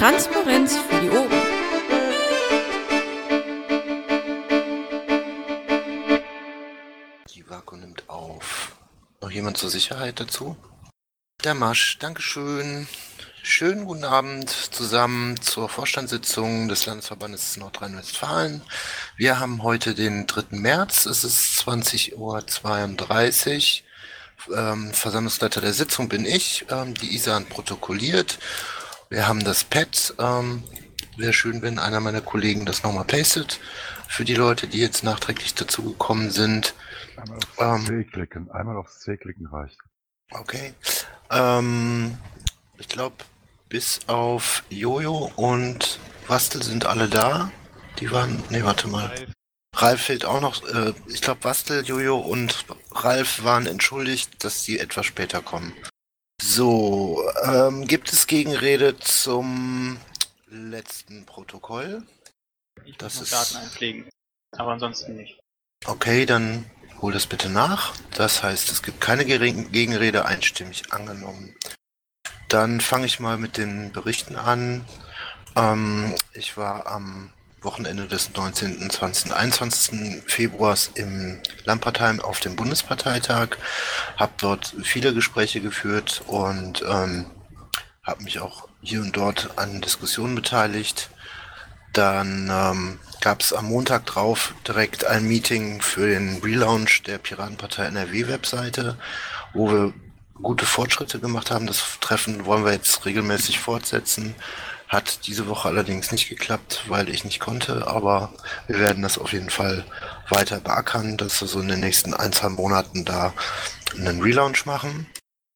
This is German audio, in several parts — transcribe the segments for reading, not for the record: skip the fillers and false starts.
Transparenz für die Ohren. Die Vaku nimmt auf. Noch jemand zur Sicherheit dazu? Der Masch, Dankeschön. Schönen guten Abend zusammen zur Vorstandssitzung des Landesverbandes Nordrhein-Westfalen. Wir haben heute den 3. März, es ist 20:32 Uhr. Versammlungsleiter der Sitzung bin ich, die Isan protokolliert. Wir haben das Pad. Wäre schön, wenn einer meiner Kollegen das nochmal pastet. Für die Leute, die jetzt nachträglich dazugekommen sind. Einmal aufs C klicken reicht. Okay. Ich glaube, bis auf Jojo und Wastel sind alle da. Die waren. Ne, warte mal. Ralf fehlt auch noch. Ich glaube, Wastel, Jojo und Ralf waren entschuldigt, dass die etwas später kommen. So, gibt es Gegenrede zum letzten Protokoll? Ich muss noch Daten einpflegen, aber ansonsten nicht. Okay, dann hol das bitte nach. Das heißt, es gibt keine Gegenrede, einstimmig angenommen. Dann fange ich mal mit den Berichten an. Ich war am Wochenende des 19., 20., 21. Februars im Lampertheim auf dem Bundesparteitag, habe dort viele Gespräche geführt und habe mich auch hier und dort an Diskussionen beteiligt. Dann gab es am Montag drauf direkt ein Meeting für den Relaunch der Piratenpartei NRW-Webseite, wo wir gute Fortschritte gemacht haben. Das Treffen wollen wir jetzt regelmäßig fortsetzen. Hat diese Woche allerdings nicht geklappt, weil ich nicht konnte, aber wir werden das auf jeden Fall weiter beackern, dass wir so in den nächsten 1-2 Monaten da einen Relaunch machen.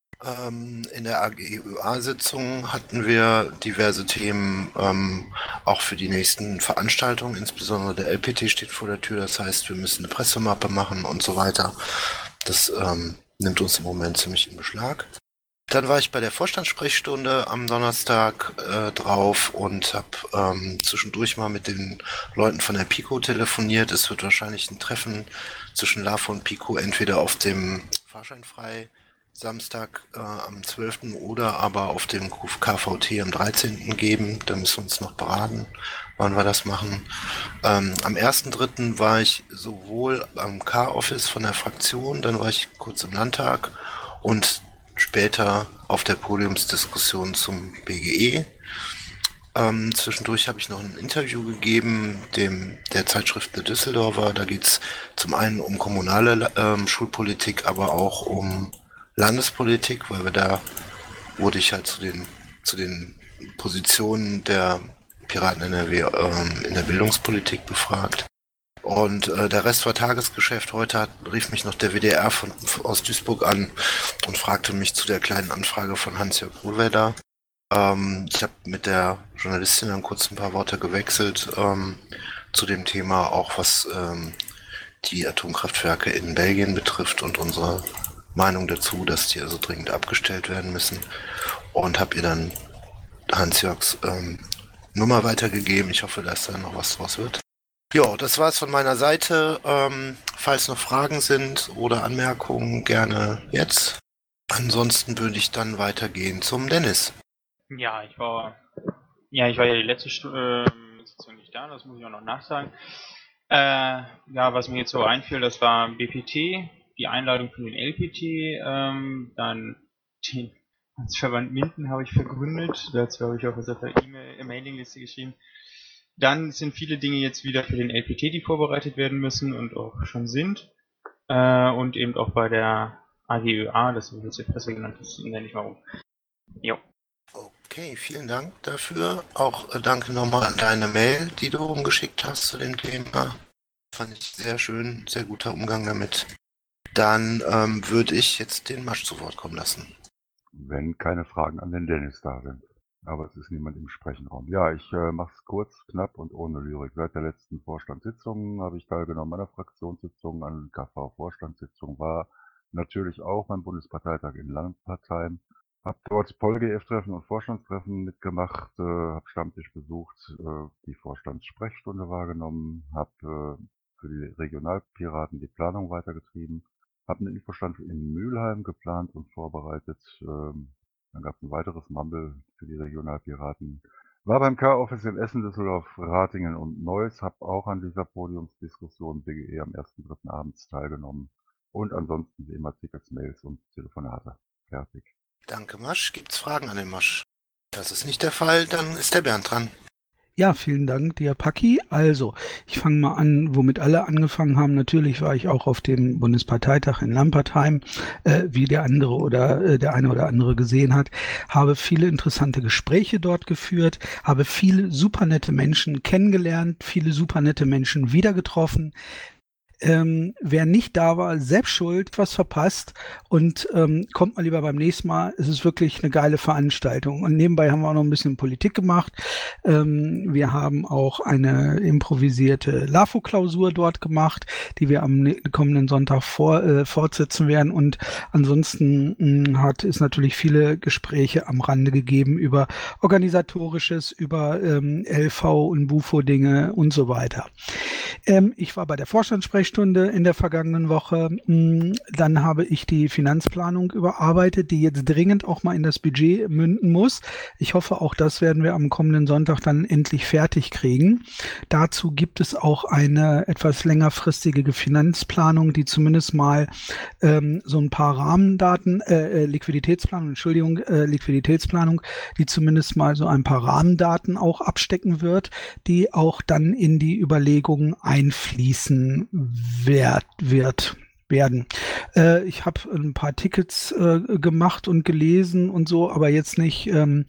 In der AGÖA-Sitzung hatten wir diverse Themen, auch für die nächsten Veranstaltungen, insbesondere der LPT steht vor der Tür, das heißt, wir müssen eine Pressemappe machen und so weiter. Das nimmt uns im Moment ziemlich in Beschlag. Dann war ich bei der Vorstandssprechstunde am Donnerstag drauf und habe zwischendurch mal mit den Leuten von der Pico telefoniert. Es wird wahrscheinlich ein Treffen zwischen LAFO und Pico entweder auf dem Fahrscheinfrei Samstag am 12. oder aber auf dem KVT am 13. geben. Da müssen wir uns noch beraten, wann wir das machen. Am 1.3. war ich sowohl am K-Office von der Fraktion, dann war ich kurz im Landtag und später auf der Podiumsdiskussion zum BGE. Zwischendurch habe ich noch ein Interview gegeben, der Zeitschrift The Düsseldorfer. Da geht es zum einen um kommunale Schulpolitik, aber auch um Landespolitik, weil wurde ich halt zu den Positionen der Piraten NRW in der Bildungspolitik befragt. Und der Rest war Tagesgeschäft. Heute rief mich noch der WDR aus Duisburg an und fragte mich zu der kleinen Anfrage von Hans-Jörg Rohlwedder. Ich habe mit der Journalistin dann kurz ein paar Worte gewechselt zu dem Thema, auch was die Atomkraftwerke in Belgien betrifft und unsere Meinung dazu, dass die also dringend abgestellt werden müssen. Und habe ihr dann Hans-Jörgs Nummer weitergegeben. Ich hoffe, dass da noch was draus wird. Ja, das war's von meiner Seite. Falls noch Fragen sind oder Anmerkungen, gerne jetzt. Ansonsten würde ich dann weitergehen zum Dennis. Ja, ich war ja die letzte Sitzung nicht da, das muss ich auch noch nachsagen. Ja, was mir jetzt so einfiel, das war BPT, die Einladung für den LPT, dann den Verband Minden habe ich vergründet, dazu habe ich auch was auf der Mailingliste geschrieben. Dann sind viele Dinge jetzt wieder für den LPT, die vorbereitet werden müssen und auch schon sind. Und eben auch bei der AGÖA, das wird jetzt die Presse genannt, das nenne ich mal um. Jo. Okay, vielen Dank dafür. Auch danke nochmal an deine Mail, die du rumgeschickt hast zu dem Thema. Fand ich sehr schön, sehr guter Umgang damit. Dann würde ich jetzt den Masch zu Wort kommen lassen. Wenn keine Fragen an den Dennis da sind. Aber es ist niemand im Sprechenraum. Ja, ich mache es kurz, knapp und ohne Lyrik. Seit der letzten Vorstandssitzung habe ich teilgenommen an der Fraktionssitzung, an KV-Vorstandssitzung, war natürlich auch beim Bundesparteitag in Landparteien. Habe dort PolGF-Treffen und Vorstandstreffen mitgemacht, habe Stammtisch besucht, die Vorstandssprechstunde wahrgenommen, habe für die Regionalpiraten die Planung weitergetrieben, habe einen Infostand in Mülheim geplant und vorbereitet. Dann gab es ein weiteres Mumble für die Regionalpiraten War beim K-Office in Essen, Düsseldorf, Ratingen und Neuss, habe auch an dieser Podiumsdiskussion BGE am 1.3. abends teilgenommen. Und ansonsten wie immer Tickets, Mails und Telefonate. Fertig. Danke, Masch. Gibt's Fragen an den Masch? Das ist nicht der Fall, dann ist der Bernd dran. Ja, vielen Dank dir, Paki. Also, ich fange mal an, womit alle angefangen haben. Natürlich war ich auch auf dem Bundesparteitag in Lampertheim, wie der andere oder der eine oder andere gesehen hat. Habe viele interessante Gespräche dort geführt, habe viele super nette Menschen kennengelernt, viele super nette Menschen wieder getroffen. Wer nicht da war, selbst schuld, was verpasst und kommt mal lieber beim nächsten Mal. Es ist wirklich eine geile Veranstaltung. Und nebenbei haben wir auch noch ein bisschen Politik gemacht. Wir haben auch eine improvisierte LAFO-Klausur dort gemacht, die wir am kommenden Sonntag fortsetzen werden. Und ansonsten hat es natürlich viele Gespräche am Rande gegeben über Organisatorisches, über LV und Bufo-Dinge und so weiter. Ich war bei der Vorstandssprechstunde in der vergangenen Woche. Dann habe ich die Finanzplanung überarbeitet, die jetzt dringend auch mal in das Budget münden muss. Ich hoffe, auch das werden wir am kommenden Sonntag dann endlich fertig kriegen. Dazu gibt es auch eine etwas längerfristige Finanzplanung, die zumindest mal so ein paar Rahmendaten, Liquiditätsplanung, die zumindest mal so ein paar Rahmendaten auch abstecken wird, die auch dann in die Überlegungen einfließen werden. Ich habe ein paar Tickets gemacht und gelesen und so, aber jetzt nicht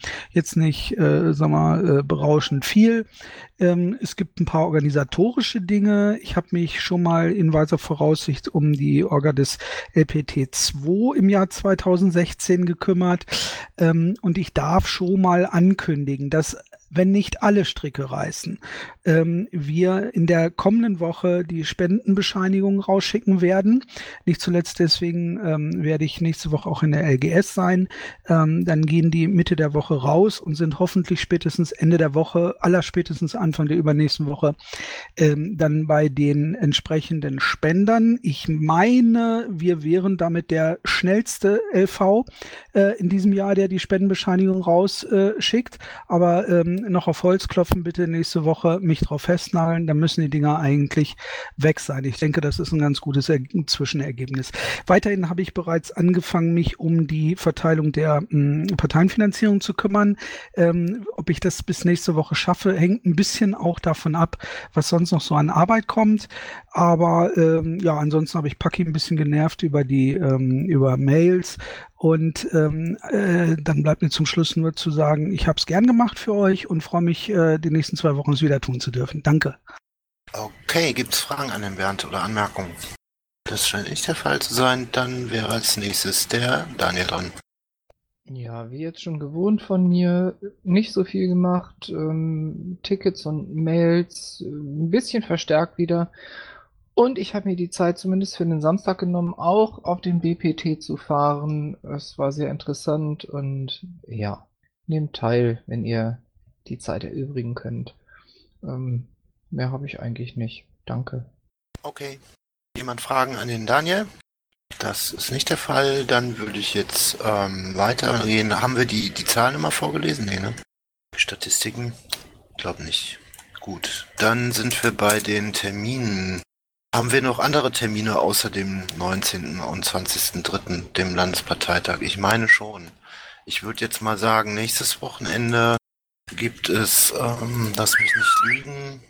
berauschend viel. Es gibt ein paar organisatorische Dinge. Ich habe mich schon mal in weiser Voraussicht um die Orga des LPT2 im Jahr 2016 gekümmert. Und ich darf schon mal ankündigen, dass, wenn nicht alle Stricke reißen, wir in der kommenden Woche die Spendenbescheinigung rausschicken werden. Nicht zuletzt deswegen werde ich nächste Woche auch in der LGS sein. Dann gehen die Mitte der Woche raus und sind hoffentlich spätestens Ende der Woche, allerspätestens Anfang der übernächsten Woche, dann bei den entsprechenden Spendern. Ich meine, wir wären damit der schnellste LV in diesem Jahr, der die Spendenbescheinigung rausschickt. Aber noch auf Holz klopfen, bitte nächste Woche mich drauf festnageln, dann müssen die Dinger eigentlich weg sein. Ich denke, das ist ein ganz gutes Zwischenergebnis. Weiterhin habe ich bereits angefangen, mich um die Verteilung der Parteienfinanzierung zu kümmern. Ob ich das bis nächste Woche schaffe, hängt ein bisschen auch davon ab, was sonst noch so an Arbeit kommt. Aber ja, ansonsten habe ich Paki ein bisschen genervt über Mails. Und dann bleibt mir zum Schluss nur zu sagen, ich habe es gern gemacht für euch und freue mich, die nächsten 2 Wochen es wieder tun zu dürfen. Danke. Okay, gibt's Fragen an den Bernd oder Anmerkungen? Das scheint nicht der Fall zu sein. Dann wäre als nächstes der Daniel dran. Ja, wie jetzt schon gewohnt von mir, nicht so viel gemacht. Tickets und Mails, ein bisschen verstärkt wieder. Und ich habe mir die Zeit zumindest für den Samstag genommen, auch auf den BPT zu fahren. Es war sehr interessant und ja, nehmt teil, wenn ihr die Zeit erübrigen könnt. Mehr habe ich eigentlich nicht. Danke. Okay. Jemand Fragen an den Daniel? Das ist nicht der Fall. Dann würde ich jetzt weitergehen. Haben wir die Zahlen immer vorgelesen? Nee, ne? Statistiken? Glaube nicht. Gut. Dann sind wir bei den Terminen. Haben wir noch andere Termine außer dem 19. und 20.03., dem Landesparteitag? Ich meine schon. Ich würde jetzt mal sagen, nächstes Wochenende gibt es, lass mich nicht lügen,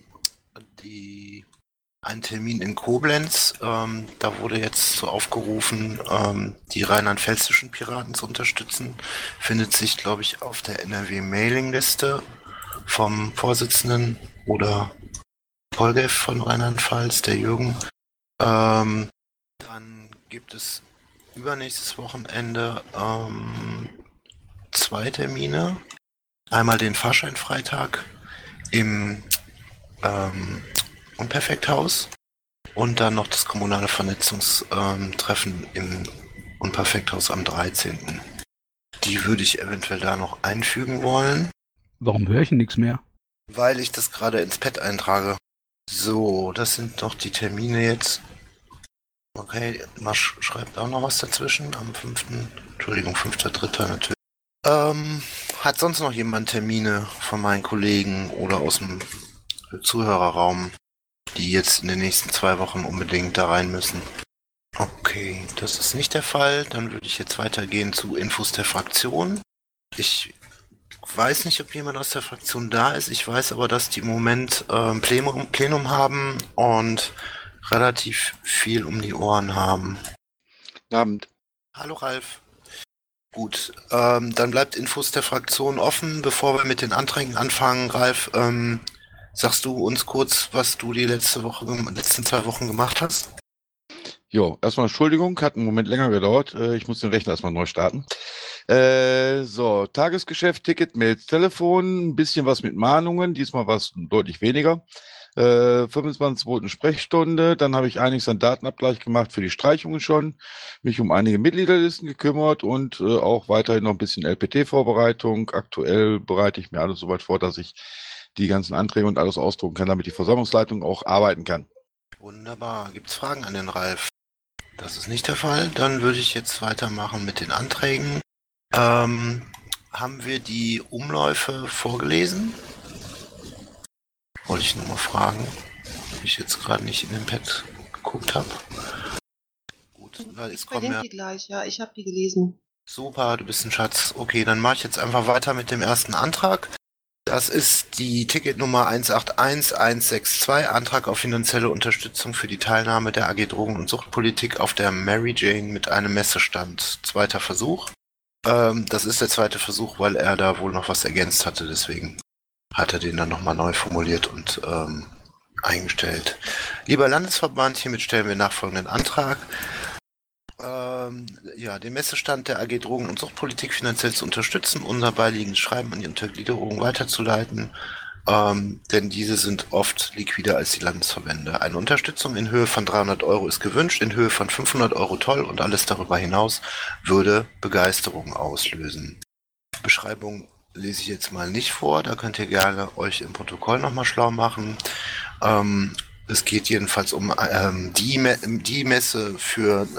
einen Termin in Koblenz. Da wurde jetzt so aufgerufen, die rheinland-pfälzischen Piraten zu unterstützen. Findet sich, glaube ich, auf der NRW-Mailingliste vom Vorsitzenden oder Polgev von Rheinland-Pfalz, der Jürgen. Dann gibt es übernächstes Wochenende 2 Termine. Einmal den Fahrscheinfreitag im Unperfekthaus und dann noch das kommunale Vernetzungstreffen im Unperfekthaus am 13. Die würde ich eventuell da noch einfügen wollen. Warum höre ich nichts mehr? Weil ich das gerade ins Pad eintrage. So, das sind doch die Termine jetzt. Okay, Masch schreibt auch noch was dazwischen am 5.3. natürlich. hat sonst noch jemand Termine von meinen Kollegen oder aus dem Zuhörerraum, die jetzt in den nächsten 2 Wochen unbedingt da rein müssen? Okay, das ist nicht der Fall. Dann würde ich jetzt weitergehen zu Infos der Fraktion. Ich weiß nicht, ob jemand aus der Fraktion da ist. Ich weiß aber, dass die im Moment Plenum haben und relativ viel um die Ohren haben. Guten Abend. Hallo Ralf. Gut, dann bleibt Infos der Fraktion offen. Bevor wir mit den Anträgen anfangen, Ralf, sagst du uns kurz, was du die letzten 2 Wochen gemacht hast? Jo, erstmal Entschuldigung, hat einen Moment länger gedauert. Ich muss den Rechner erstmal neu starten. Tagesgeschäft, Ticket, Mails, Telefon, ein bisschen was mit Mahnungen, diesmal war es deutlich weniger. 25. Sprechstunde, dann habe ich einiges an Datenabgleich gemacht für die Streichungen schon, mich um einige Mitgliederlisten gekümmert und auch weiterhin noch ein bisschen LPT-Vorbereitung. Aktuell bereite ich mir alles soweit vor, dass ich die ganzen Anträge und alles ausdrucken kann, damit die Versammlungsleitung auch arbeiten kann. Wunderbar. Gibt's Fragen an den Ralf? Das ist nicht der Fall. Dann würde ich jetzt weitermachen mit den Anträgen. Haben wir die Umläufe vorgelesen? Wollte ich nur mal fragen, weil ich jetzt gerade nicht in den Pad geguckt habe. Gut, weil es kommen ja... die gleich, ja, ich habe die gelesen. Super, du bist ein Schatz. Okay, dann mache ich jetzt einfach weiter mit dem ersten Antrag. Das ist die Ticketnummer 181162, Antrag auf finanzielle Unterstützung für die Teilnahme der AG Drogen- und Suchtpolitik auf der Mary Jane mit einem Messestand. Zweiter Versuch. Das ist der zweite Versuch, weil er da wohl noch was ergänzt hatte, deswegen hat er den dann nochmal neu formuliert und eingestellt. Lieber Landesverband, hiermit stellen wir nachfolgenden Antrag. Den Messestand der AG Drogen- und Suchtpolitik finanziell zu unterstützen, unser beiliegendes Schreiben an die Untergliederung weiterzuleiten, denn diese sind oft liquider als die Landesverbände. Eine Unterstützung in Höhe von 300 € ist gewünscht, in Höhe von 500 € toll und alles darüber hinaus würde Begeisterung auslösen. Beschreibung lese ich jetzt mal nicht vor, da könnt ihr gerne euch im Protokoll nochmal schlau machen. Es geht jedenfalls um die Messe für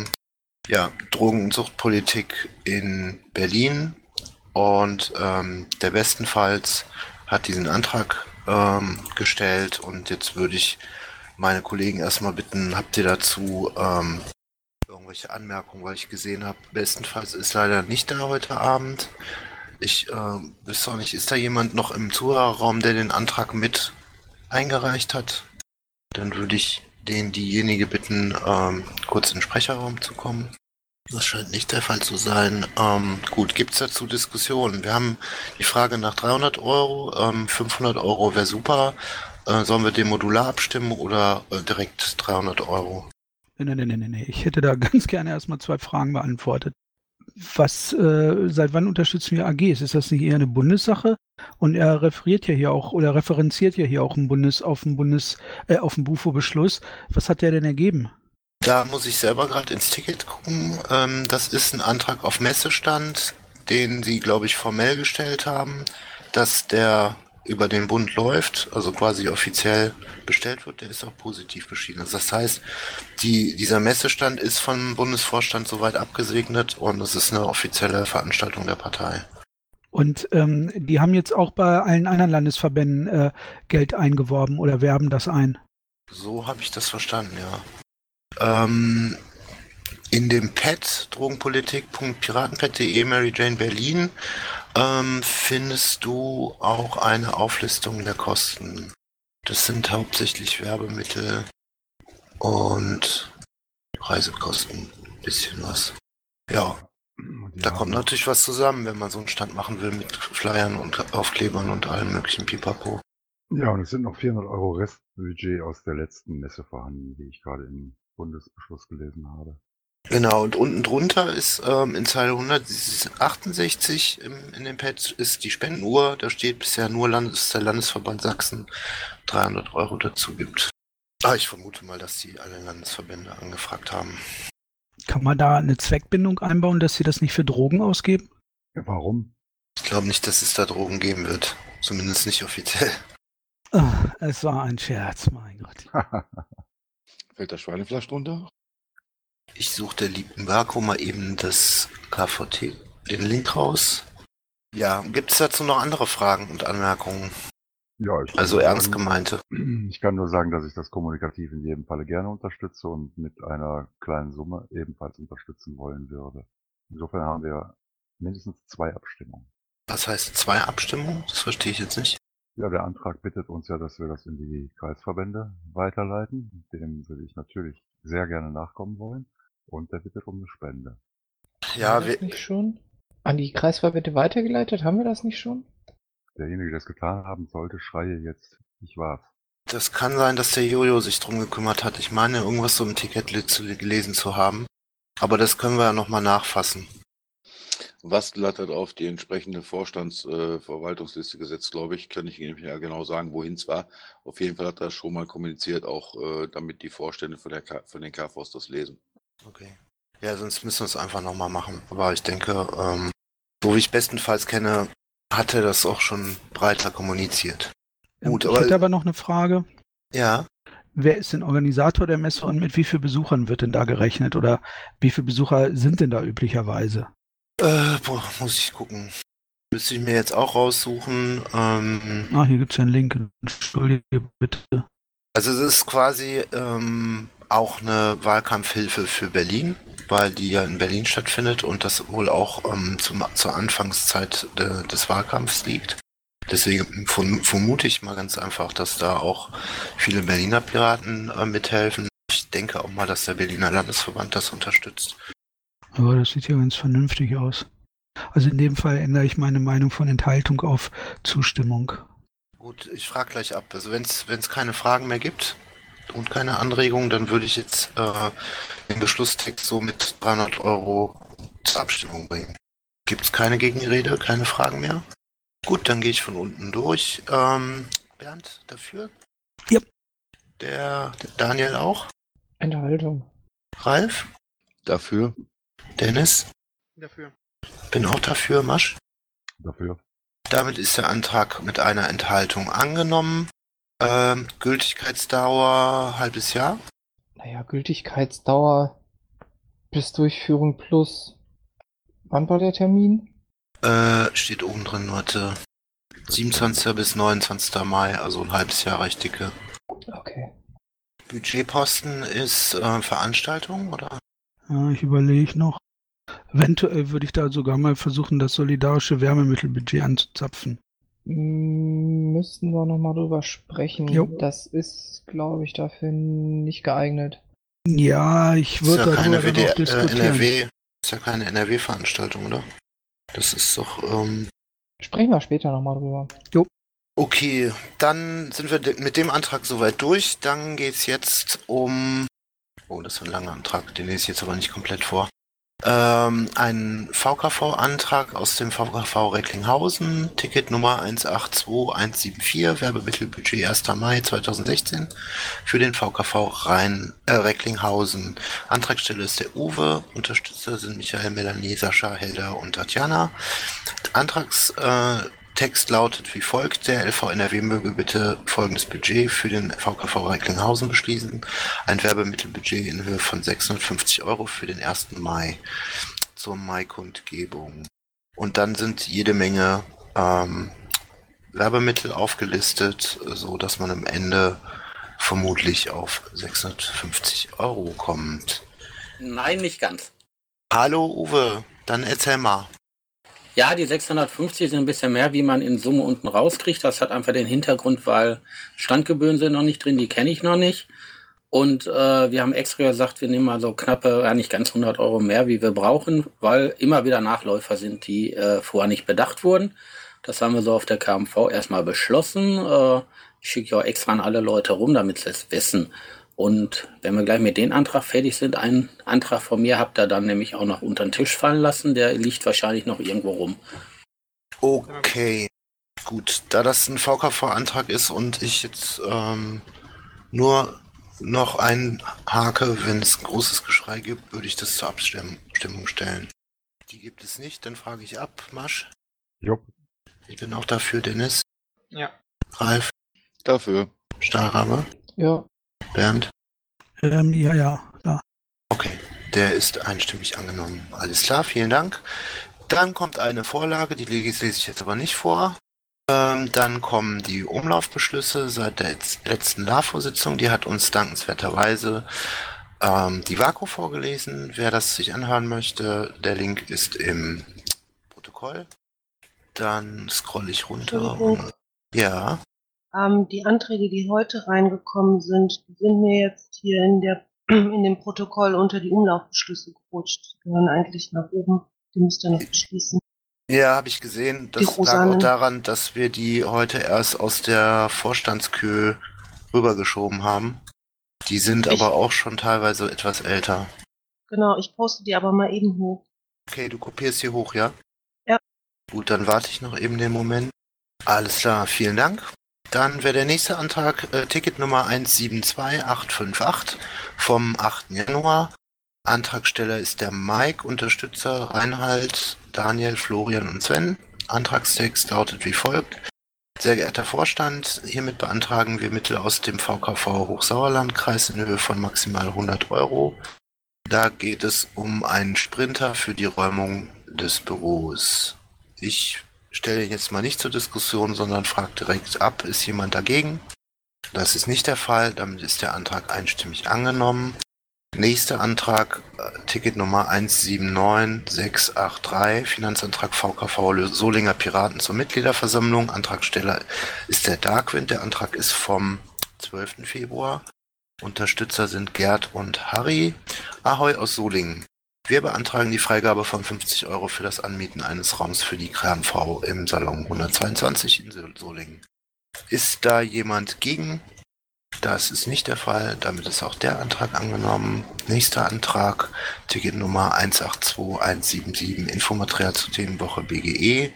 Drogen- und Suchtpolitik in Berlin und der bestenfalls hat diesen Antrag gestellt und jetzt würde ich meine Kollegen erstmal bitten, habt ihr dazu irgendwelche Anmerkungen, weil ich gesehen habe, bestenfalls ist leider nicht da heute Abend. Ich wüsste auch nicht, ist da jemand noch im Zuhörerraum, der den Antrag mit eingereicht hat? Dann würde ich diejenige bitten, kurz in den Sprecherraum zu kommen. Das scheint nicht der Fall zu sein. Gut, gibt es dazu Diskussionen? Wir haben die Frage nach 300 €, 500 € wäre super. Sollen wir den modular abstimmen oder direkt 300 €? Nee. Ich hätte da ganz gerne erstmal 2 Fragen beantwortet. Seit wann unterstützen wir AGs? Ist das nicht eher eine Bundessache? Und er referiert ja hier auch oder referenziert ja hier auch auf den BUFO-Beschluss. Was hat der denn ergeben? Da muss ich selber gerade ins Ticket gucken. Das ist ein Antrag auf Messestand, den Sie, glaube ich, formell gestellt haben, dass der über den Bund läuft, also quasi offiziell bestellt wird, der ist auch positiv beschieden. Also das heißt, dieser Messestand ist vom Bundesvorstand soweit abgesegnet und es ist eine offizielle Veranstaltung der Partei. Und die haben jetzt auch bei allen anderen Landesverbänden Geld eingeworben oder werben das ein? So habe ich das verstanden, ja. In dem Pad drogenpolitik.piratenpad.de Mary Jane Berlin findest du auch eine Auflistung der Kosten. Das sind hauptsächlich Werbemittel und Reisekosten, ein bisschen was. Ja, da kommt natürlich was zusammen, wenn man so einen Stand machen will mit Flyern und Aufklebern und allem möglichen Pipapo. Ja, und es sind noch 400 € Restbudget aus der letzten Messe vorhanden, wie ich gerade im Bundesbeschluss gelesen habe. Genau, und unten drunter ist in Zeile 168 in dem Pad ist die Spendenuhr. Da steht bisher nur der Landesverband Sachsen 300 € dazu gibt. Ich vermute mal, dass die alle Landesverbände angefragt haben. Kann man da eine Zweckbindung einbauen, dass sie das nicht für Drogen ausgeben? Ja, warum? Ich glaube nicht, dass es da Drogen geben wird. Zumindest nicht offiziell. Es war ein Scherz, mein Gott. Fällt das Schweinefleisch drunter? Ich suche der lieben Marco mal eben das KVT, den Link raus. Ja, gibt es dazu noch andere Fragen und Anmerkungen? Ja, ich kann Also nur ernst sagen, gemeinte. ich kann nur sagen, dass ich das kommunikativ in jedem Falle gerne unterstütze und mit einer kleinen Summe ebenfalls unterstützen wollen würde. Insofern haben wir mindestens 2 Abstimmungen. Was heißt 2 Abstimmungen? Das verstehe ich jetzt nicht. Ja, der Antrag bittet uns ja, dass wir das in die Kreisverbände weiterleiten. Dem würde ich natürlich sehr gerne nachkommen wollen. Und der bittet um eine Spende. Haben Ja, wir wir, das nicht schon? An die Kreisverbände weitergeleitet? Haben wir das nicht schon? Derjenige, der es getan haben sollte, schreie jetzt, ich war's. das kann sein, dass der Jojo sich drum gekümmert hat. Ich meine, irgendwas so im Ticket gelesen zu haben. Aber das können wir ja nochmal nachfassen. Wastel hat auf die entsprechende Vorstandsverwaltungsliste gesetzt, glaube ich. Kann ich Ihnen nicht mehr genau sagen, wohin es war. Auf jeden Fall hat er schon mal kommuniziert, auch damit die Vorstände von den KVs das lesen. Okay. Ja, sonst müssen wir es einfach nochmal machen. Aber ich denke, so wie ich bestenfalls kenne, hat er das auch schon breiter kommuniziert. Gut, Ich aber hätte aber noch eine Frage. ja, Wer ist denn Organisator der Messe und mit wie vielen Besuchern wird denn da gerechnet? Oder wie viele Besucher sind denn da üblicherweise? muss ich gucken. Müsste ich mir jetzt auch raussuchen. Hier gibt es ja einen Link. Entschuldige bitte. Also es ist quasi auch eine Wahlkampfhilfe für Berlin, weil die ja in Berlin stattfindet und das wohl auch zur Anfangszeit des Wahlkampfs liegt. Deswegen vermute ich mal ganz einfach, dass da auch viele Berliner Piraten mithelfen. Ich denke auch mal, dass der Berliner Landesverband das unterstützt. Aber das sieht ja ganz vernünftig aus. Also in dem Fall ändere ich meine Meinung von Enthaltung auf Zustimmung. Gut, ich frage gleich ab. Also wenn es keine Fragen mehr gibt und keine Anregungen, dann würde ich jetzt den Beschlusstext so mit 300 € zur Abstimmung bringen. Gibt es keine Gegenrede, keine Fragen mehr? Gut, dann gehe ich von unten durch. Bernd, dafür? Ja. Der Daniel auch? Enthaltung. Ralf? Dafür? Dennis? Dafür. Bin auch dafür, Masch. Dafür. Damit ist der Antrag mit einer Enthaltung angenommen. Gültigkeitsdauer halbes Jahr. Naja, Gültigkeitsdauer bis Durchführung plus. Wann war der Termin? Steht oben drin, Leute. 27. bis 29. Mai, also ein halbes Jahr reicht dicke. Okay. Budgetposten ist Veranstaltung, oder? Ja, ich überlege noch. Eventuell würde ich da sogar mal versuchen, das solidarische Wärmemittelbudget anzuzapfen. Müssten wir nochmal drüber sprechen. Jo. Das ist, glaube ich, dafür nicht geeignet. Ja, ich Ist würde ja keine darüber dann auch diskutieren. NRW. Ist ja keine NRW-Veranstaltung, oder? Das ist doch, Sprechen wir später nochmal drüber. okay, dann sind wir mit dem Antrag soweit durch. Dann geht's jetzt um... Oh, das ist ein langer Antrag, den lese ich jetzt aber nicht komplett vor. Ein VKV-Antrag aus dem VKV Recklinghausen, Ticket Nummer 182174, Werbemittelbudget 1. Mai 2016 für den VKV Recklinghausen. Antragsteller ist der Uwe, Unterstützer sind Michael, Melanie, Sascha, Helda und Tatjana. Antragstext lautet wie folgt: Der LV NRW möge bitte folgendes Budget für den VKV Recklinghausen beschließen. Ein Werbemittelbudget in Höhe von 650 € für den 1. Mai zur Maikundgebung. Und dann sind jede Menge Werbemittel aufgelistet, so dass man am Ende vermutlich auf 650 € kommt. Nein, nicht ganz. Hallo Uwe, dann erzähl mal. Ja, die 650 sind ein bisschen mehr, wie man in Summe unten rauskriegt. Das hat einfach den Hintergrund, weil Standgebühren sind noch nicht drin, die kenne ich noch nicht. Und wir haben extra gesagt, wir nehmen mal so knappe, ja nicht ganz 100 € mehr, wie wir brauchen, weil immer wieder Nachläufer sind, die vorher nicht bedacht wurden. Das haben wir so auf der KMV erstmal beschlossen. Ich schicke ja auch extra an alle Leute rum, damit sie es wissen. Und wenn wir gleich mit dem Antrag fertig sind, einen Antrag von mir habt ihr dann nämlich auch noch unter den Tisch fallen lassen. Der liegt wahrscheinlich noch irgendwo rum. Okay, gut. Da das ein VKV-Antrag ist und ich jetzt nur noch einhake, wenn es ein großes Geschrei gibt, würde ich das zur Abstimmung stellen. Die gibt es nicht, dann frage ich ab. Masch? Jupp. Ich bin auch dafür, Dennis. Ja. Ralf? Dafür. Stahlrabe? Ja. Bernd? Ja. Okay, der ist einstimmig angenommen. Alles klar, vielen Dank. Dann kommt eine Vorlage, die lese ich jetzt aber nicht vor. Dann kommen die Umlaufbeschlüsse seit der letzten LAFO-Sitzung. Die hat uns dankenswerterweise die VAKO vorgelesen. Wer das sich anhören möchte, der Link ist im Protokoll. Dann scrolle ich runter. Entschuldigung. Ja, Die Anträge, die heute reingekommen sind, die sind mir jetzt hier in dem Protokoll unter die Umlaufbeschlüsse gerutscht. Die gehören eigentlich nach oben. Die müsst ihr noch beschließen. ja, habe ich gesehen. Die Das lag auch Rosanen. daran, dass wir die heute erst aus der Vorstandskühe rübergeschoben haben. Die sind Ich- aber auch schon teilweise etwas älter. Genau, ich poste die aber mal eben hoch. Okay, du kopierst hier hoch, ja? Ja. Gut, dann warte ich noch eben den Moment. Alles klar, vielen Dank. Dann wäre der nächste Antrag Ticket Nummer 172858 vom 8. Januar. Antragsteller ist der Mike, Unterstützer Reinhard, Daniel, Florian und Sven. Antragstext lautet wie folgt. Sehr geehrter Vorstand, hiermit beantragen wir Mittel aus dem VKV Hochsauerlandkreis in Höhe von maximal 100 Euro. Da geht es um einen Sprinter für die Räumung des Büros. Ich stelle jetzt mal nicht zur Diskussion, sondern frage direkt ab, ist jemand dagegen? Das ist nicht der Fall, damit ist der Antrag einstimmig angenommen. Nächster Antrag, Ticket Nummer 179683, Finanzantrag VKV Solinger Piraten zur Mitgliederversammlung. Antragsteller ist der Darkwind. Der Antrag ist vom 12. Februar. Unterstützer sind Gerd und Harry. Ahoi aus Solingen. Wir beantragen die Freigabe von 50 Euro für das Anmieten eines Raums für die KMV im Salon 122 in Solingen. Ist da jemand gegen? Das ist nicht der Fall, damit ist auch der Antrag angenommen. Nächster Antrag, Ticket Nummer 182177, Infomaterial zur Themenwoche BGE,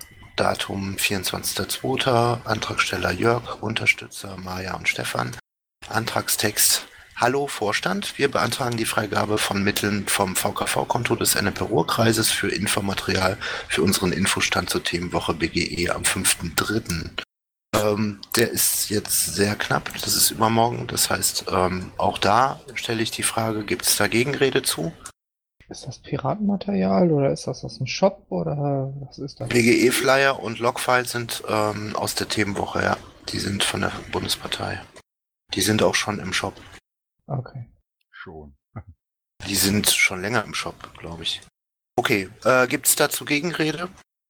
Datum 24.02., Antragsteller Jörg, Unterstützer Maja und Stefan. Antragstext: Hallo Vorstand, wir beantragen die Freigabe von Mitteln vom VKV-Konto des NRP-Ruhr-Kreises für Infomaterial für unseren Infostand zur Themenwoche BGE am 5.3. Der ist jetzt sehr knapp, das ist übermorgen, das heißt, auch da stelle ich die Frage, gibt es da Gegenrede zu? Ist das Piratenmaterial oder ist das aus dem Shop oder was ist das? BGE-Flyer und Logfiles sind aus der Themenwoche, ja, die sind von der Bundespartei. Die sind auch schon im Shop. Okay. Schon. Die sind schon länger im Shop, glaube ich. Okay, gibt es dazu Gegenrede?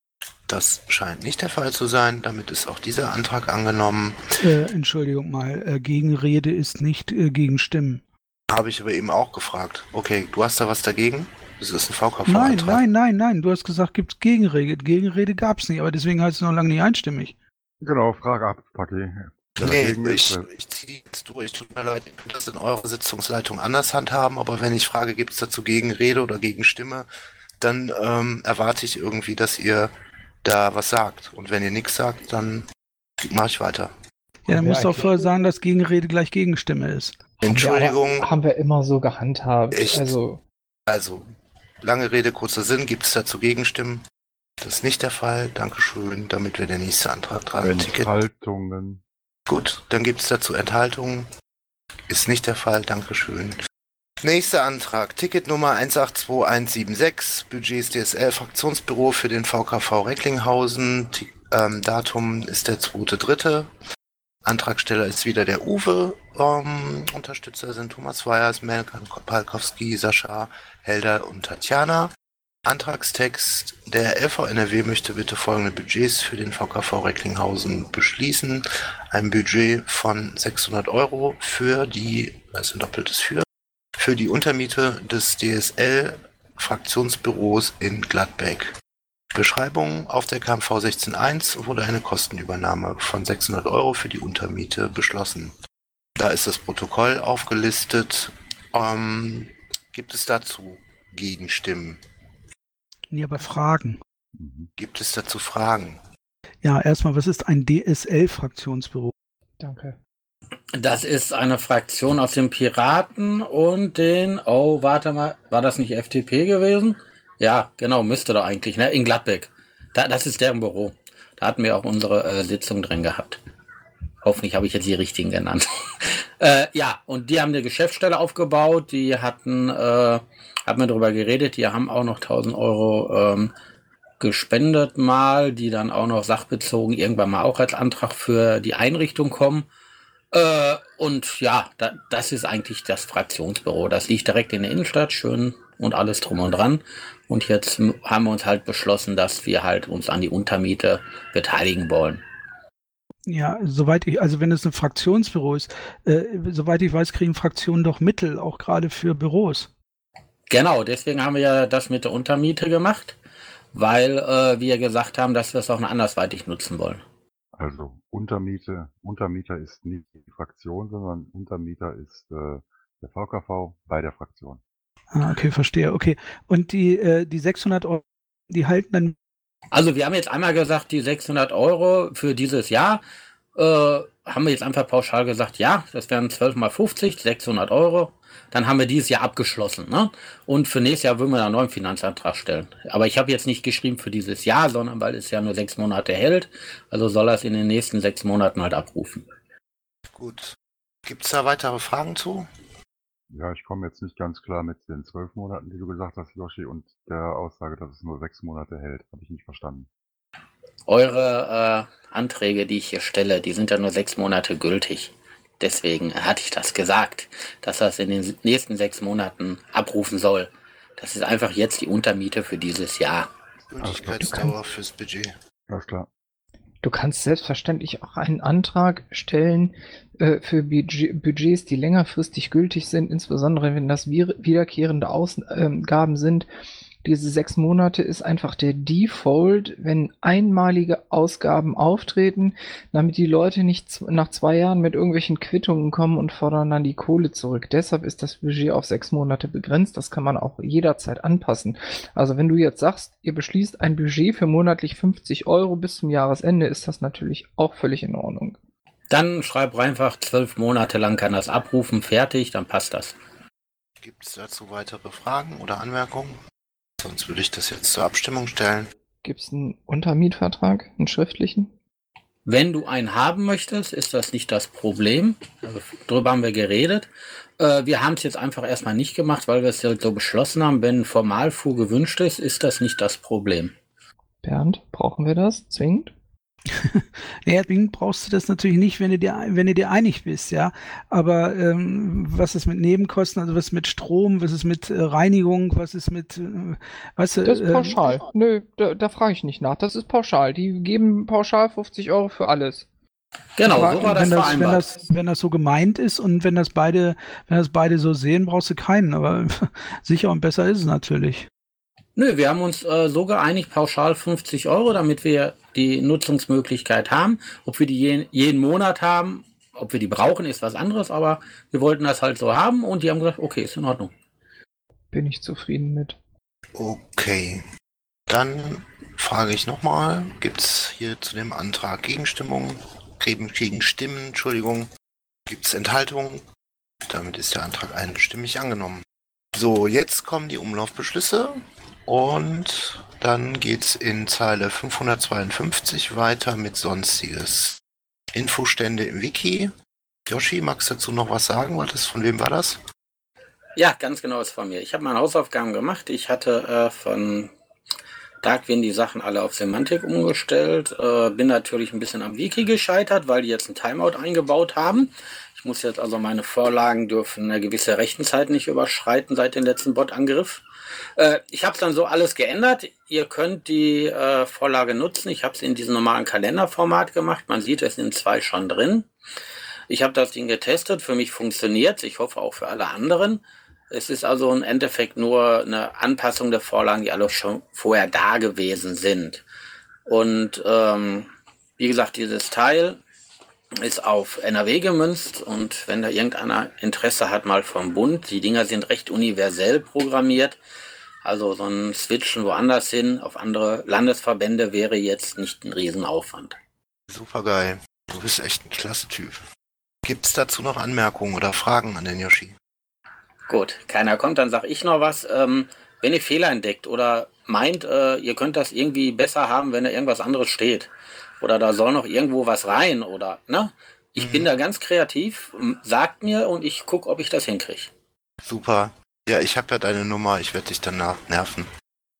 Das scheint nicht der Fall zu sein. Damit ist auch dieser Antrag angenommen. Entschuldigung mal, Gegenrede ist nicht Gegenstimmen. Habe ich aber eben auch gefragt. Okay, du hast da was dagegen? Das ist ein Nein, VKV-Antrag. nein. Du hast gesagt, gibt es Gegenrede. Gegenrede gab es nicht, aber deswegen heißt es noch lange nicht einstimmig. Genau, Frage ab, Paki. Nee, ich ziehe die jetzt durch. Tut mir leid, ich könnte das in eurer Sitzungsleitung anders handhaben, aber wenn ich frage, gibt es dazu Gegenrede oder Gegenstimme, dann erwarte ich irgendwie, dass ihr da was sagt. Und wenn ihr nichts sagt, dann mache ich weiter. Ja, dann Haben wir musst du auch eigentlich- vorher sagen, dass Gegenrede gleich Gegenstimme ist. Entschuldigung, Haben wir immer so gehandhabt. Echt? Also, also lange Rede, kurzer Sinn, gibt es dazu Gegenstimmen? Das ist nicht der Fall. Dankeschön. Damit wäre der nächste Antrag dran. Ticket. Enthaltungen. Gut, dann gibt es dazu Enthaltungen. Ist nicht der Fall. Dankeschön. Nächster Antrag. Ticket Nummer 182176. Budgets DSL Fraktionsbüro für den VKV Recklinghausen. Datum ist der 2.3. Antragsteller ist wieder der Uwe. Unterstützer sind Thomas Weyers, Melkan Palkowski, Sascha, Helder und Tatjana. Antragstext: Der LV NRW möchte bitte folgende Budgets für den VKV Recklinghausen beschließen. Ein Budget von 600 Euro für die, also ein doppeltes für die Untermiete des DSL-Fraktionsbüros in Gladbeck. Beschreibung: Auf der KMV 16.1 wurde eine Kostenübernahme von 600 Euro für die Untermiete beschlossen. Da ist das Protokoll aufgelistet. Gibt es dazu Gegenstimmen? Nee, aber Fragen. Gibt es dazu Fragen? Ja, erstmal, was ist ein DSL-Fraktionsbüro? danke. Das ist eine Fraktion aus den Piraten und den, oh, warte mal, war das nicht FDP gewesen? Ja, genau, müsste doch eigentlich, ne? In Gladbeck. Das ist deren Büro. Da hatten wir auch unsere Sitzung drin gehabt. Hoffentlich habe ich jetzt die richtigen genannt. Ja, und die haben eine Geschäftsstelle aufgebaut, die hatten, haben wir darüber geredet, die haben auch noch 1000 Euro gespendet mal, die dann auch noch sachbezogen irgendwann mal auch als Antrag für die Einrichtung kommen. Und ja, das ist eigentlich das Fraktionsbüro. Das liegt direkt in der Innenstadt, schön und alles drum und dran. Und jetzt haben wir uns halt beschlossen, dass wir halt uns an die Untermiete beteiligen wollen. Ja, also wenn es ein Fraktionsbüro ist, soweit ich weiß, kriegen Fraktionen doch Mittel, auch gerade für Büros. Genau, deswegen haben wir ja das mit der Untermiete gemacht, weil wir gesagt haben, dass wir es auch andersweitig nutzen wollen. Also Untermieter ist nicht die Fraktion, sondern Untermieter ist der VKV bei der Fraktion. Ah, okay, verstehe. Okay. Und die 600 Euro, die halten dann. Also wir haben jetzt einmal gesagt, die 600 Euro für dieses Jahr, haben wir jetzt einfach pauschal gesagt, ja, das wären 12 mal 50, 600 Euro. Dann haben wir dieses Jahr abgeschlossen. Ne? Und für nächstes Jahr würden wir einen neuen Finanzantrag stellen. Aber ich habe jetzt nicht geschrieben für dieses Jahr, sondern weil es ja nur 6 Monate hält. Also soll er es in den nächsten 6 Monaten halt abrufen. Gut. Gibt es da weitere Fragen zu? Ja, ich komme jetzt nicht ganz klar mit den 12 Monaten, die du gesagt hast, Yoshi, und der Aussage, dass es nur 6 Monate hält. Habe ich nicht verstanden. Eure Anträge, die ich hier stelle, die sind ja nur 6 Monate gültig. Deswegen hatte ich das gesagt, dass das in den nächsten 6 Monaten abrufen soll. Das ist einfach jetzt die Untermiete für dieses Jahr. Gültigkeitsdauer fürs Budget. Alles klar. Du kannst selbstverständlich auch einen Antrag stellen für Budgets, die längerfristig gültig sind, insbesondere wenn das wiederkehrende Ausgaben sind. Diese 6 Monate ist einfach der Default, wenn einmalige Ausgaben auftreten, damit die Leute nicht nach 2 Jahren mit irgendwelchen Quittungen kommen und fordern dann die Kohle zurück. Deshalb ist das Budget auf 6 Monate begrenzt. Das kann man auch jederzeit anpassen. Also wenn du jetzt sagst, ihr beschließt ein Budget für monatlich 50 Euro bis zum Jahresende, ist das natürlich auch völlig in Ordnung. Dann schreib einfach 12 Monate lang kann das abrufen, fertig, dann passt das. Gibt es dazu weitere Fragen oder Anmerkungen? Sonst würde ich das jetzt zur Abstimmung stellen. Gibt es einen Untermietvertrag, einen schriftlichen? Wenn du einen haben möchtest, ist das nicht das Problem. Also, darüber haben wir geredet. Wir haben es jetzt einfach erstmal nicht gemacht, weil wir es ja so beschlossen haben. Wenn Formalfuhr gewünscht ist das nicht das Problem. Bernd, brauchen wir das zwingend? Naja, zwingend brauchst du das natürlich nicht, wenn du dir einig bist, ja. Aber was ist mit Nebenkosten, also was ist mit Strom, was ist mit Reinigung, was ist mit, weißt du, Das ist pauschal. Nö, da frage ich nicht nach. Das ist pauschal. Die geben pauschal 50 Euro für alles. Genau, aber so war das vereinbart. wenn das so gemeint ist und wenn das beide so sehen, brauchst du keinen. Aber sicher und besser ist es natürlich. Nö, wir haben uns so geeinigt, pauschal 50 Euro, damit wir die Nutzungsmöglichkeit haben. Ob wir die jeden Monat haben, ob wir die brauchen, ist was anderes, aber wir wollten das halt so haben und die haben gesagt, okay, ist in Ordnung. Bin ich zufrieden mit. Okay. Dann frage ich nochmal, gibt es hier zu dem Antrag Gegenstimmen? Entschuldigung. Gibt es Enthaltungen? Damit ist der Antrag einstimmig angenommen. So, jetzt kommen die Umlaufbeschlüsse. Und dann geht's in Zeile 552 weiter mit Sonstiges. Infostände im Wiki. Yoshi, magst du dazu noch was sagen? Von wem war das? Ja, ganz genau ist von mir. Ich habe meine Hausaufgaben gemacht. Ich hatte von Darkwing die Sachen alle auf Semantik umgestellt. Bin natürlich ein bisschen am Wiki gescheitert, weil die jetzt ein Timeout eingebaut haben. Ich muss jetzt also meine Vorlagen dürfen eine gewisse Rechenzeit nicht überschreiten seit dem letzten Bot-Angriff. Ich habe es dann so alles geändert. Ihr könnt die Vorlage nutzen. Ich habe es in diesem normalen Kalenderformat gemacht. Man sieht, es sind 2 schon drin. Ich habe das Ding getestet. Für mich funktioniert. Ich hoffe auch für alle anderen. Es ist also im Endeffekt nur eine Anpassung der Vorlagen, die alle schon vorher da gewesen sind. Und wie gesagt, dieses Teil ist auf NRW gemünzt und wenn da irgendeiner Interesse hat, mal vom Bund, die Dinger sind recht universell programmiert, also so ein Switchen woanders hin auf andere Landesverbände wäre jetzt nicht ein Riesenaufwand. Super geil. Du bist echt ein klasse Typ. Gibt es dazu noch Anmerkungen oder Fragen an den Yoshi? Gut, keiner kommt, dann sag ich noch was. Wenn ihr Fehler entdeckt oder meint, ihr könnt das irgendwie besser haben, wenn da irgendwas anderes steht. Oder da soll noch irgendwo was rein oder, ne? Ich bin da ganz kreativ, sagt mir und ich gucke, ob ich das hinkriege. Super. Ja, ich habe ja deine Nummer, ich werde dich danach nerven.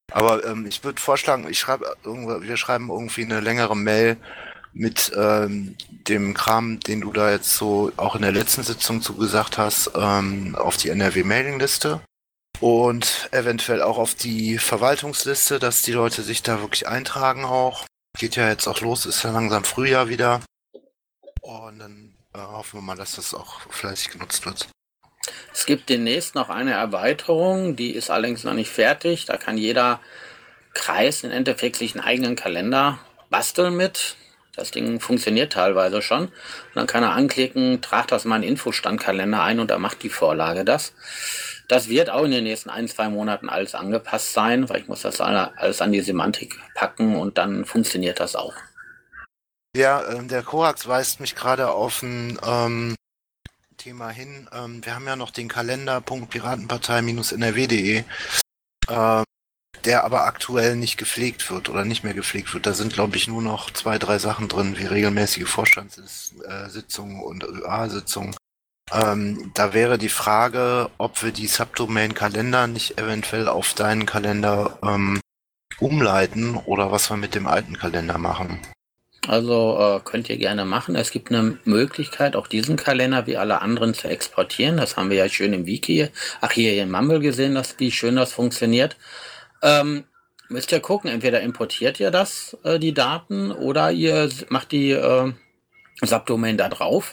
Aber ich würde vorschlagen, wir schreiben irgendwie eine längere Mail mit dem Kram, den du da jetzt so auch in der letzten Sitzung zugesagt hast, auf die NRW-Mailingliste und eventuell auch auf die Verwaltungsliste, dass die Leute sich da wirklich eintragen auch. Geht ja jetzt auch los, ist ja langsam Frühjahr wieder. Und dann hoffen wir mal, dass das auch fleißig genutzt wird. Es gibt demnächst noch eine Erweiterung, die ist allerdings noch nicht fertig. Da kann jeder Kreis im Endeffekt sich einen eigenen Kalender basteln mit. Das Ding funktioniert teilweise schon. Und dann kann er anklicken, tragt das mal in den Infostandkalender ein und dann macht die Vorlage das. Das wird auch in den nächsten 1-2 Monaten alles angepasst sein, weil ich muss das alles an die Semantik packen und dann funktioniert das auch. Ja, der Korax weist mich gerade auf ein Thema hin. Wir haben ja noch den Kalender.piratenpartei-nrw.de, der aber aktuell nicht gepflegt wird oder nicht mehr gepflegt wird. Da sind, glaube ich, nur noch 2-3 Sachen drin, wie regelmäßige Vorstandssitzungen und ÖA-Sitzungen. Da wäre die Frage, ob wir die Subdomain Kalender nicht eventuell auf deinen Kalender umleiten oder was wir mit dem alten Kalender machen. Also könnt ihr gerne machen. Es gibt eine Möglichkeit, auch diesen Kalender wie alle anderen zu exportieren. Das haben wir ja schön im Wiki, hier in Mumble gesehen, wie schön das funktioniert. Müsst ihr gucken, entweder importiert ihr das, die Daten, oder ihr macht die Subdomain da drauf.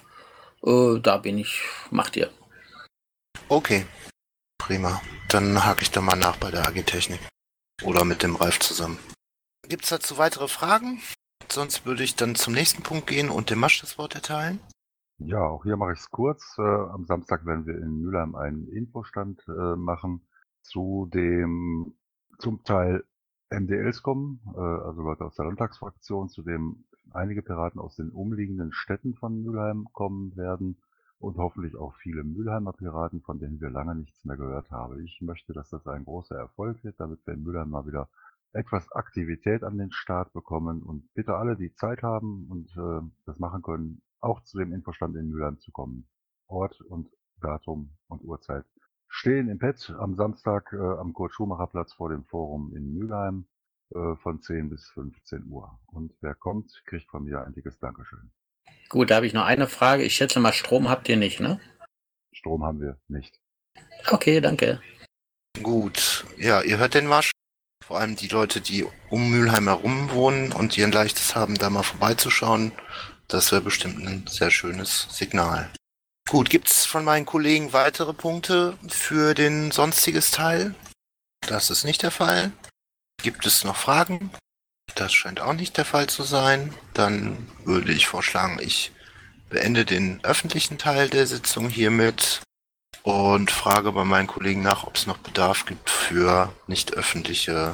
Macht ihr. Okay, prima. Dann hake ich da mal nach bei der AG Technik. Oder mit dem Ralf zusammen. Gibt es dazu weitere Fragen? Sonst würde ich dann zum nächsten Punkt gehen und dem Masch das Wort erteilen. Ja, auch hier mache ich es kurz. Am Samstag werden wir in Mülheim einen Infostand machen zu dem zum Teil MDLs kommen, also Leute aus der Landtagsfraktion, zu dem einige Piraten aus den umliegenden Städten von Mülheim kommen werden und hoffentlich auch viele Mülheimer Piraten, von denen wir lange nichts mehr gehört haben. Ich möchte, dass das ein großer Erfolg wird, damit wir in Mülheim mal wieder etwas Aktivität an den Start bekommen und bitte alle, die Zeit haben und das machen können, auch zu dem Infostand in Mülheim zu kommen. Ort und Datum und Uhrzeit stehen im Pad am Samstag am Kurt-Schumacher-Platz vor dem Forum in Mülheim von 10 bis 15 Uhr. Und wer kommt, kriegt von mir ein dickes Dankeschön. Gut, da habe ich noch eine Frage. Ich schätze mal, Strom habt ihr nicht, ne? Strom haben wir nicht. Okay, danke. Gut, ja, ihr hört den Marsch. Vor allem die Leute, die um Mülheim herum wohnen und die ein leichtes haben, da mal vorbeizuschauen. Das wäre bestimmt ein sehr schönes Signal. Gut, gibt's von meinen Kollegen weitere Punkte für den sonstiges Teil? Das ist nicht der Fall. Gibt es noch Fragen? Das scheint auch nicht der Fall zu sein. Dann würde ich vorschlagen, ich beende den öffentlichen Teil der Sitzung hiermit und frage bei meinen Kollegen nach, ob es noch Bedarf gibt für nicht öffentlichen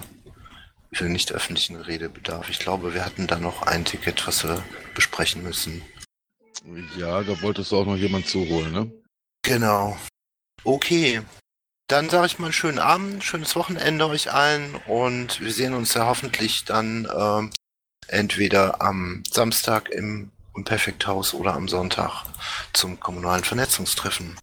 Redebedarf. Ich glaube, wir hatten da noch ein Ticket, was wir besprechen müssen. Ja, da wolltest du auch noch jemand zuholen, ne? Genau. Okay. Dann sage ich mal einen schönen Abend, schönes Wochenende euch allen und wir sehen uns ja hoffentlich dann entweder am Samstag im Perfekthaus oder am Sonntag zum kommunalen Vernetzungstreffen.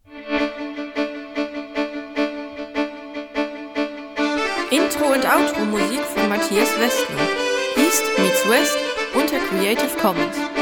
Intro und Outro Musik von Matthias Westner. East meets West unter Creative Commons.